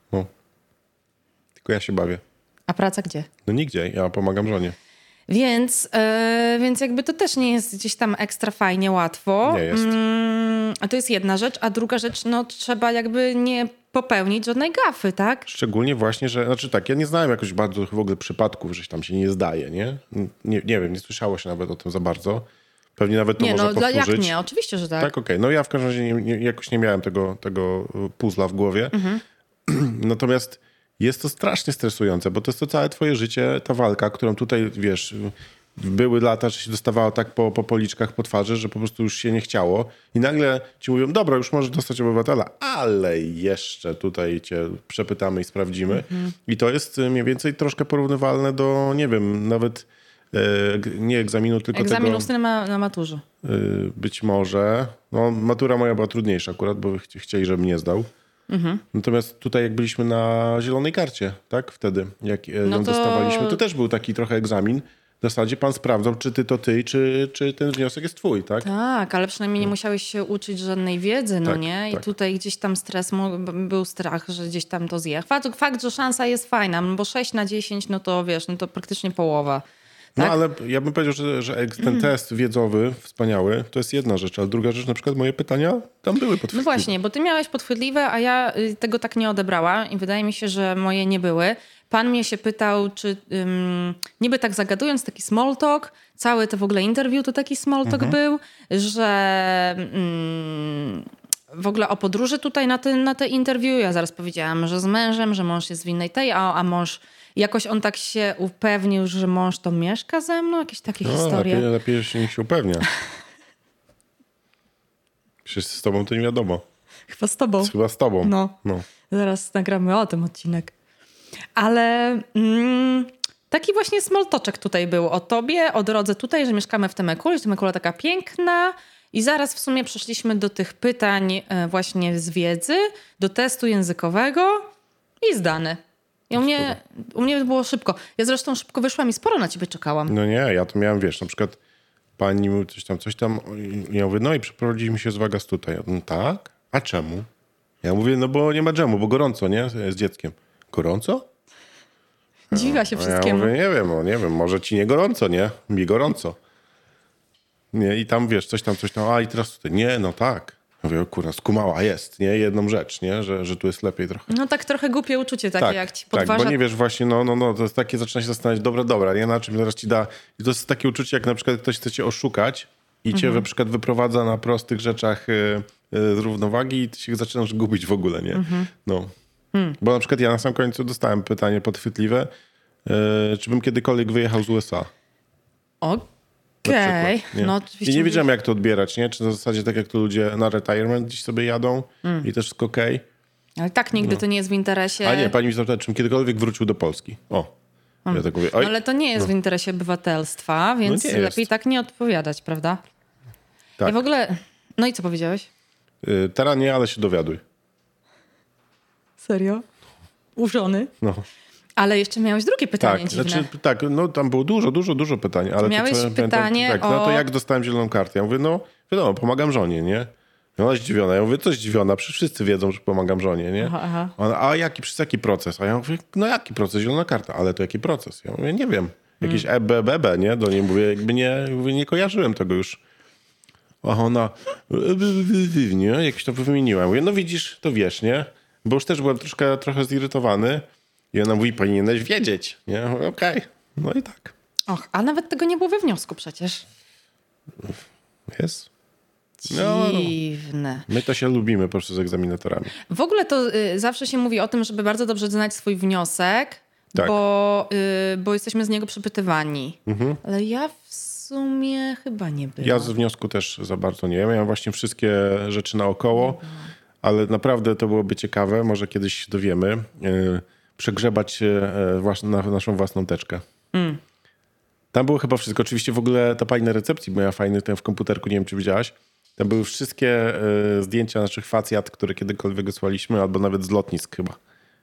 Tylko ja się bawię. A praca gdzie? No nigdzie, ja pomagam żonie. Więc jakby to też nie jest gdzieś tam ekstra fajnie, łatwo. Nie jest. A to jest jedna rzecz, a druga rzecz, no trzeba jakby nie popełnić żadnej gafy, tak? Szczególnie właśnie, że... Znaczy tak, ja nie znałem jakoś bardzo w ogóle przypadków, że tam się nie zdaje, nie? Nie wiem, nie słyszało się nawet o tym za bardzo. Pewnie nawet to można powtórzyć. Jak nie? Oczywiście, że tak. Tak, okej. No ja w każdym razie jakoś nie miałem tego puzzla w głowie. Natomiast jest to strasznie stresujące, bo to jest to całe twoje życie, ta walka, którą tutaj, wiesz... Były lata, że się dostawało tak po policzkach, po twarzy, że po prostu już się nie chciało. I nagle ci mówią, dobra, już możesz dostać obywatela, ale jeszcze tutaj cię przepytamy i sprawdzimy. I to jest mniej więcej troszkę porównywalne do, nie wiem, nawet nie egzaminu, tylko egzaminu na maturze. Być może. No, matura moja była trudniejsza akurat, bo chcieli, żebym nie zdał. Natomiast tutaj jak byliśmy na zielonej karcie, tak? Wtedy, jak ją dostawaliśmy, to też był taki trochę egzamin. W zasadzie pan sprawdzał, czy ty to ty, czy ten wniosek jest twój, tak? Tak, ale przynajmniej nie musiałeś się uczyć żadnej wiedzy, no nie? I tutaj gdzieś tam był strach, że gdzieś tam to zje. Fakt, że szansa jest fajna, no bo 6 na 10, no to wiesz, no to praktycznie połowa. Tak? No ale ja bym powiedział, że ten test wiedzowy, wspaniały, to jest jedna rzecz, ale druga rzecz, na przykład moje pytania tam były podchwytliwe. No właśnie, bo ty miałeś podchwytliwe, a ja tego tak nie odebrała i wydaje mi się, że moje nie były. Pan mnie się pytał, czy niby tak zagadując, taki small talk, całe to w ogóle interview to taki small talk był, że w ogóle o podróży tutaj na te interview. Ja zaraz powiedziałam, że z mężem, że mąż jest w innej a mąż... Jakoś on tak się upewnił, że mąż to mieszka ze mną? Jakieś takie historie? Lepiej się niech się upewnia. Przecież z tobą to nie wiadomo. Chyba z tobą. Chyba z tobą. No. Zaraz nagramy o tym odcinek. Ale taki właśnie small talk tutaj był o tobie, o drodze tutaj, że mieszkamy w Temekuli, że Temekula taka piękna I zaraz w sumie przeszliśmy do tych pytań właśnie z wiedzy, do testu językowego i zdane. I u mnie było szybko. Ja zresztą szybko wyszłam i sporo na ciebie czekałam. No nie, ja to miałem, wiesz, na przykład pani mówi coś tam. I ja mówię, no i przeprowadziliśmy się z Wagas tutaj. Ja mówię, tak? A czemu? Ja mówię, no bo nie ma dżemu, bo gorąco, nie? Z dzieckiem. Gorąco? Dziwiła się Ja wszystkiemu. mówię, nie wiem, może ci nie gorąco, nie? Mi gorąco. Nie, i tam wiesz, coś tam, a i teraz tutaj, nie, no tak. Ja mówię, kurwa, skumała, jest, nie? Jedną rzecz, nie? Że tu jest lepiej trochę. No tak trochę głupie uczucie takie, jak ci podważa. Tak, bo nie wiesz właśnie, to jest takie, zaczyna się zastanawiać, dobra, nie? Na czym teraz ci da. I to jest takie uczucie, jak na przykład ktoś chce cię oszukać i cię na przykład wyprowadza na prostych rzeczach z równowagi i ty się zaczynasz gubić w ogóle, nie? No. Bo na przykład ja na sam końcu dostałem pytanie podchwytliwe, czy bym kiedykolwiek wyjechał z USA. Okej. No, oczywiście. I nie wiedziałem, jak to odbierać, nie? Czy na zasadzie tak jak to ludzie na retirement gdzieś sobie jadą i też wszystko okej. Ale tak nigdy to nie jest w interesie. A nie, pani mi zapytała, czym kiedykolwiek wrócił do Polski. Ja tak mówię, No, ale to nie jest w interesie obywatelstwa, więc lepiej tak nie odpowiadać, prawda? Tak. I w ogóle... No i co powiedziałeś? Teraz nie, ale się dowiaduj. Serio? Urzony? No. Ale jeszcze miałeś drugie pytanie dziwne. No tam było dużo pytań. Ale miałeś pytanie no to jak dostałem zieloną kartę? Ja mówię, no wiadomo, pomagam żonie, nie? No ona zdziwiona. Ja mówię, co zdziwiona? Przecież wszyscy wiedzą, że pomagam żonie, nie? Aha. Ona, przez jaki proces? A ja mówię, no jaki proces? Zielona karta. Ale to jaki proces? Ja mówię, nie wiem. Jakiś EBBB, nie? Do niej mówię, jakby nie kojarzyłem tego już. A ona, nie? Jakś to wymieniła. Mówię, no widzisz, to wiesz, nie? Bo już też byłem trochę zirytowany. I ona mówi, powinieneś wiedzieć. Nie? Okej. No i tak. Och, a nawet tego nie było we wniosku przecież. Jest. Dziwne. My to się lubimy po prostu z egzaminatorami. W ogóle to zawsze się mówi o tym, żeby bardzo dobrze znać swój wniosek, Tak. bo jesteśmy z niego przepytywani. Ale ja w sumie chyba nie byłam. Ja z wniosku też za bardzo nie. Ja miałem właśnie wszystkie rzeczy naokoło, ale naprawdę to byłoby ciekawe, może kiedyś się dowiemy, przegrzebać naszą własną teczkę. Tam było chyba wszystko. Oczywiście w ogóle ta pani na recepcji miała fajny ten w komputerku, nie wiem czy widziałaś. Tam były wszystkie zdjęcia naszych facjat, które kiedykolwiek wysłaliśmy, albo nawet z lotnisk chyba.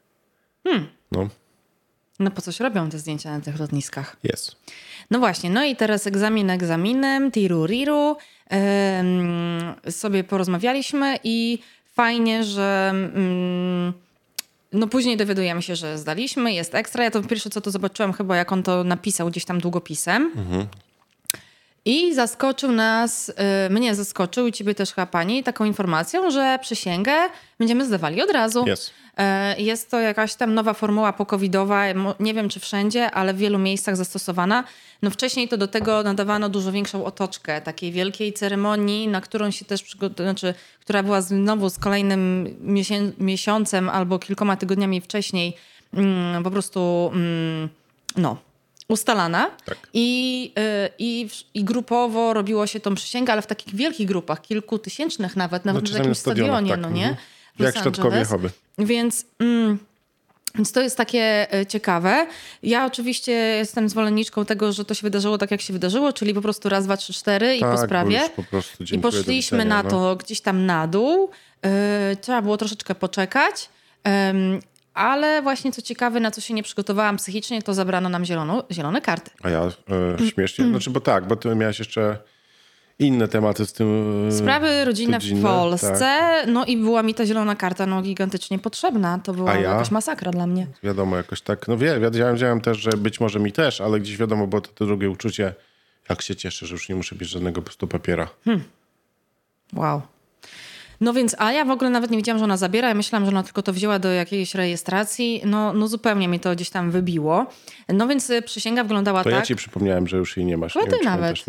No po coś robią te zdjęcia na tych lotniskach? Jest. No właśnie, no i teraz egzaminem, tiruriru, sobie porozmawialiśmy i fajnie, że no później dowiadujemy się, że zdaliśmy, jest ekstra. Ja to pierwsze co to zobaczyłam chyba, jak on to napisał gdzieś tam długopisem. I zaskoczył nas, mnie zaskoczył i ciebie też chyba pani, taką informacją, że przysięgę będziemy zdawali od razu. Jest. Jest to jakaś tam nowa formuła pokowidowa, nie wiem czy wszędzie, ale w wielu miejscach zastosowana. No wcześniej to do tego nadawano dużo większą otoczkę takiej wielkiej ceremonii, na którą się też która była znowu z kolejnym miesiącem albo kilkoma tygodniami wcześniej po prostu ustalana. Tak. I grupowo robiło się tą przysięgę, ale w takich wielkich grupach, kilkutysięcznych nawet na jakimś stadionie, tak. no nie? Jak środkowie hobby. Więc to jest takie ciekawe. Ja oczywiście jestem zwolenniczką tego, że to się wydarzyło tak, jak się wydarzyło, czyli po prostu raz, dwa, trzy, cztery i po sprawie. Po prostu I poszliśmy na to gdzieś tam na dół. Trzeba było troszeczkę poczekać. Ale właśnie co ciekawe, na co się nie przygotowałam psychicznie, to zabrano nam zielone karty. A ja śmiesznie. Bo ty miałaś jeszcze inne tematy z tym. Sprawy rodzinne w Polsce. Tak. No i była mi ta zielona karta gigantycznie potrzebna. To była jakaś masakra dla mnie. Wiadomo, jakoś tak. No wiedziałem też, że być może mi też, ale gdzieś wiadomo, bo to drugie uczucie, jak się cieszę, że już nie muszę mieć żadnego po prostu papiera. Wow. No więc, a ja w ogóle nawet nie wiedziałam, że ona zabiera. Ja myślałam, że ona tylko to wzięła do jakiejś rejestracji. No zupełnie mnie to gdzieś tam wybiło. No więc przysięga wyglądała tak. To ja ci przypomniałem, że już jej nie masz. Chyba ty nawet.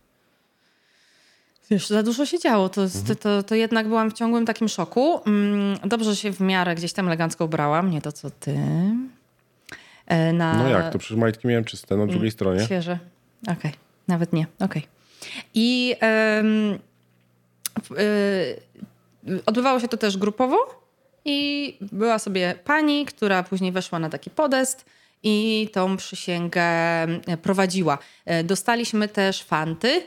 Wiesz, za dużo się działo. To jednak byłam w ciągłym takim szoku. Dobrze, że się w miarę gdzieś tam elegancko ubrałam. Nie to, co ty. No jak? To przecież majtki miałem czyste na drugiej stronie. Świeże. Okej. Nawet nie. Okej. I odbywało się to też grupowo i była sobie pani, która później weszła na taki podest i tą przysięgę prowadziła. Dostaliśmy też fanty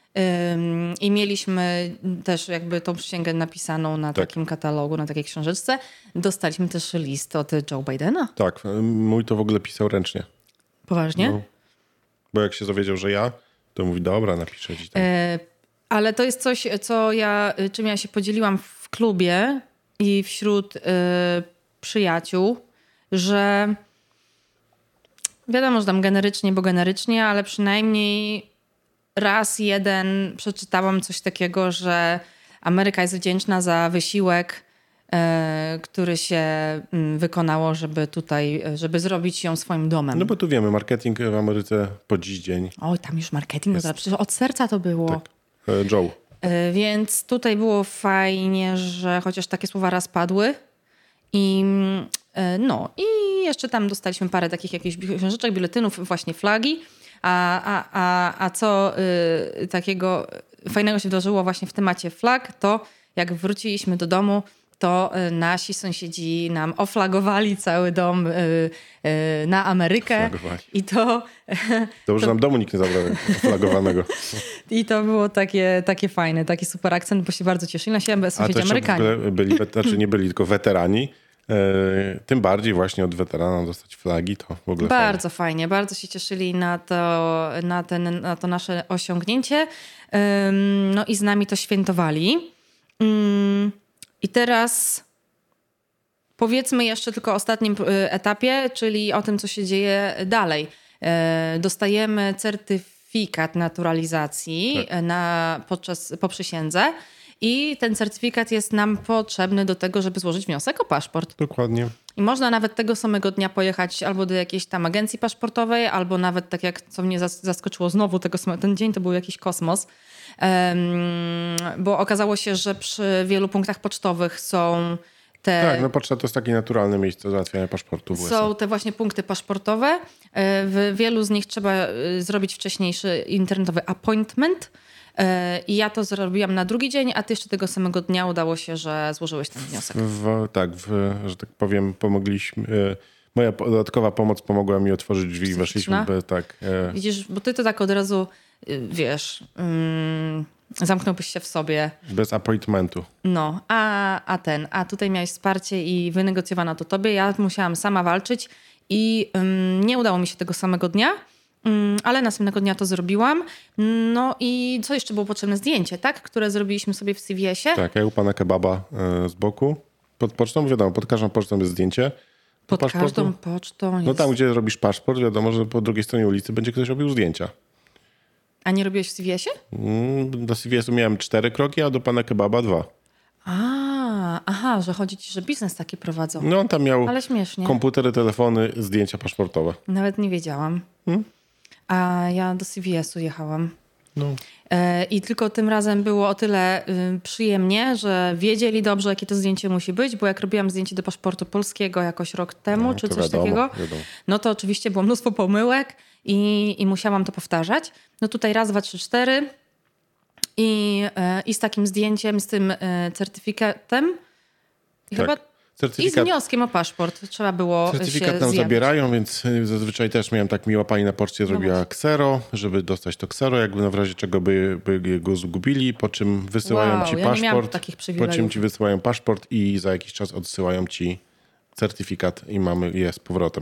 I mieliśmy też jakby tą przysięgę napisaną na takim katalogu, na takiej książeczce. Dostaliśmy też list od Joe Bidena. Tak, mój to w ogóle pisał ręcznie. Poważnie? No, bo jak się dowiedział, że ja, to mówi, dobra, napiszę ci tam. Ale to jest coś, czym ja się podzieliłam w klubie i wśród przyjaciół, że wiadomo, że tam generycznie, ale przynajmniej raz jeden przeczytałam coś takiego, że Ameryka jest wdzięczna za wysiłek, który się wykonało, żeby zrobić ją swoim domem. No bo tu wiemy, marketing w Ameryce po dziś dzień. Oj, tam już marketing, no przecież od serca to było. Tak. Joe. Więc tutaj było fajnie, że chociaż takie słowa raz padły. I jeszcze tam dostaliśmy parę takich jakichś książeczek, biuletynów, właśnie flagi. A co takiego fajnego się wydarzyło właśnie w temacie flag, to jak wróciliśmy do domu, to nasi sąsiedzi nam oflagowali cały dom na Amerykę. Oflagowali. I to... Dobrze, nam domu nikt nie zabrał oflagowanego. I to było takie fajne, taki super akcent, bo się bardzo cieszyli nasi sąsiedzi Amerykanie. Nie byli tylko weterani. Tym bardziej właśnie od weterana dostać flagi, to w ogóle bardzo fajnie. Bardzo się cieszyli na to nasze osiągnięcie. No i z nami to świętowali. I teraz powiedzmy jeszcze tylko o ostatnim etapie, czyli o tym, co się dzieje dalej. Dostajemy certyfikat naturalizacji po przysiędze. I ten certyfikat jest nam potrzebny do tego, żeby złożyć wniosek o paszport. Dokładnie. I można nawet tego samego dnia pojechać albo do jakiejś tam agencji paszportowej, albo nawet tak jak co mnie zaskoczyło znowu ten dzień, to był jakiś kosmos. Bo okazało się, że przy wielu punktach pocztowych są te... Tak, no poczta to jest takie naturalne miejsce załatwiania paszportu w USA. Są te właśnie punkty paszportowe. W wielu z nich trzeba zrobić wcześniejszy internetowy appointment. I ja to zrobiłam na drugi dzień, a ty jeszcze tego samego dnia udało się, że złożyłeś ten wniosek. Że tak powiem, pomogliśmy. Moja dodatkowa pomoc pomogła mi otworzyć drzwi i weszliśmy. Widzisz, bo ty to tak od razu, wiesz, zamknąłbyś się w sobie. Bez appointmentu. No, a tutaj miałeś wsparcie i wynegocjowano to tobie. Ja musiałam sama walczyć i nie udało mi się tego samego dnia. Ale następnego dnia to zrobiłam. No i co jeszcze było potrzebne? Zdjęcie, tak? Które zrobiliśmy sobie w CVS-ie. Tak, ja u pana kebaba z boku. Pod pocztą, wiadomo, pod każdą pocztą jest zdjęcie. Pod każdą pocztą jest... No tam, gdzie robisz paszport, wiadomo, że po drugiej stronie ulicy będzie ktoś robił zdjęcia. A nie robiłeś w CVS-ie? Do CVS-u miałem 4 kroki, a do pana kebaba 2. Aha, że chodzi ci, że biznes taki prowadzą. No on tam miał komputery, telefony, zdjęcia paszportowe. Nawet nie wiedziałam. A ja do CVS-u jechałam. No. I tylko tym razem było o tyle przyjemnie, że wiedzieli dobrze, jakie to zdjęcie musi być, bo jak robiłam zdjęcie do paszportu polskiego jakoś rok temu, czy coś takiego, no to oczywiście było mnóstwo pomyłek i musiałam to powtarzać. No tutaj raz, dwa, trzy, cztery i z takim zdjęciem, z tym certyfikatem i chyba... I z wnioskiem o paszport trzeba było certyfikat nam zabierają, więc zazwyczaj też miałem tak, miła pani na poczcie zrobiła ksero, żeby dostać to ksero, jakby w razie czego by go zgubili, po czym wysyłają ci paszport, po czym ci wysyłają paszport i za jakiś czas odsyłają ci certyfikat i mamy je z powrotem.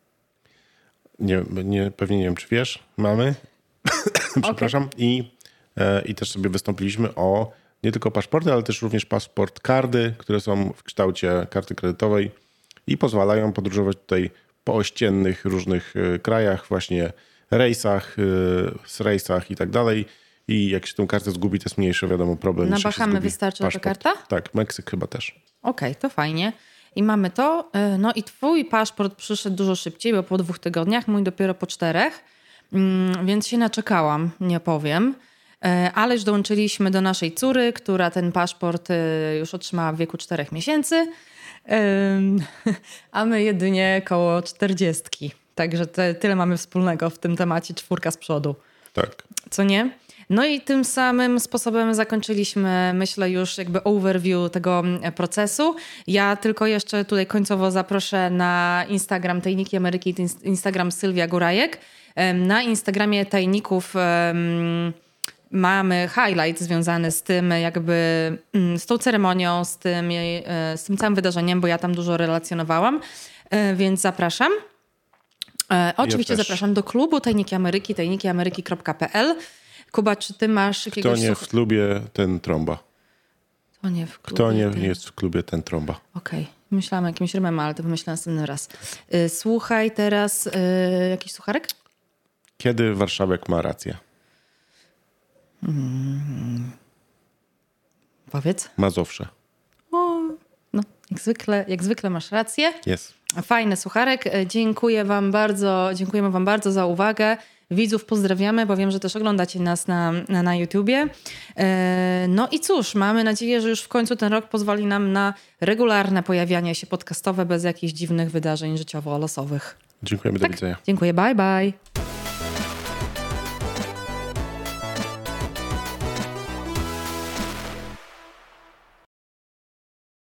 Pewnie nie wiem, czy wiesz, mamy. Przepraszam. I też sobie wystąpiliśmy o nie tylko paszporty, ale też również paszport kardy, które są w kształcie karty kredytowej i pozwalają podróżować tutaj po ościennych różnych krajach, właśnie rejsach i tak dalej. I jak się tą kartę zgubi, to jest mniejszy, wiadomo, problem. Na Bahamy wystarczy ta karta? Tak, Meksyk chyba też. Okej, to fajnie. I mamy to. No i twój paszport przyszedł dużo szybciej, bo po 2 tygodniach, mój dopiero po 4. Więc się naczekałam, nie powiem. Ale już dołączyliśmy do naszej córy, która ten paszport już otrzymała w wieku 4 miesięcy, a my jedynie koło 40. Także tyle mamy wspólnego w tym temacie, 4 z przodu. Tak. Co nie? No i tym samym sposobem zakończyliśmy, myślę, już jakby overview tego procesu. Ja tylko jeszcze tutaj końcowo zaproszę na Instagram Tajniki Ameryki, Instagram Sylwia Górajek. Na Instagramie Tajników mamy highlight związany z tym jakby, z tą ceremonią, z tym całym wydarzeniem, bo ja tam dużo relacjonowałam, więc zapraszam. Oczywiście zapraszam do klubu Tajniki Ameryki, tajnikiameryki.pl. Kuba, czy ty masz jakiegoś... Kto nie w klubie, ten trąba. Kto nie jest w klubie, ten trąba. Okej. Myślałam jakimś rymem, ale to wymyślę następny raz. Słuchaj teraz... jakiś sucharek? Kiedy Warszawiak ma rację? Powiedz. Ma zawsze. No, jak zwykle masz rację. Jest. Fajny sucharek. Dziękujemy wam bardzo za uwagę. Widzów pozdrawiamy, bo wiem, że też oglądacie nas na YouTubie. No i cóż, mamy nadzieję, że już w końcu ten rok pozwoli nam na regularne pojawianie się podcastowe bez jakichś dziwnych wydarzeń życiowo-losowych. Dziękujemy, do widzenia. Dziękuję, bye bye.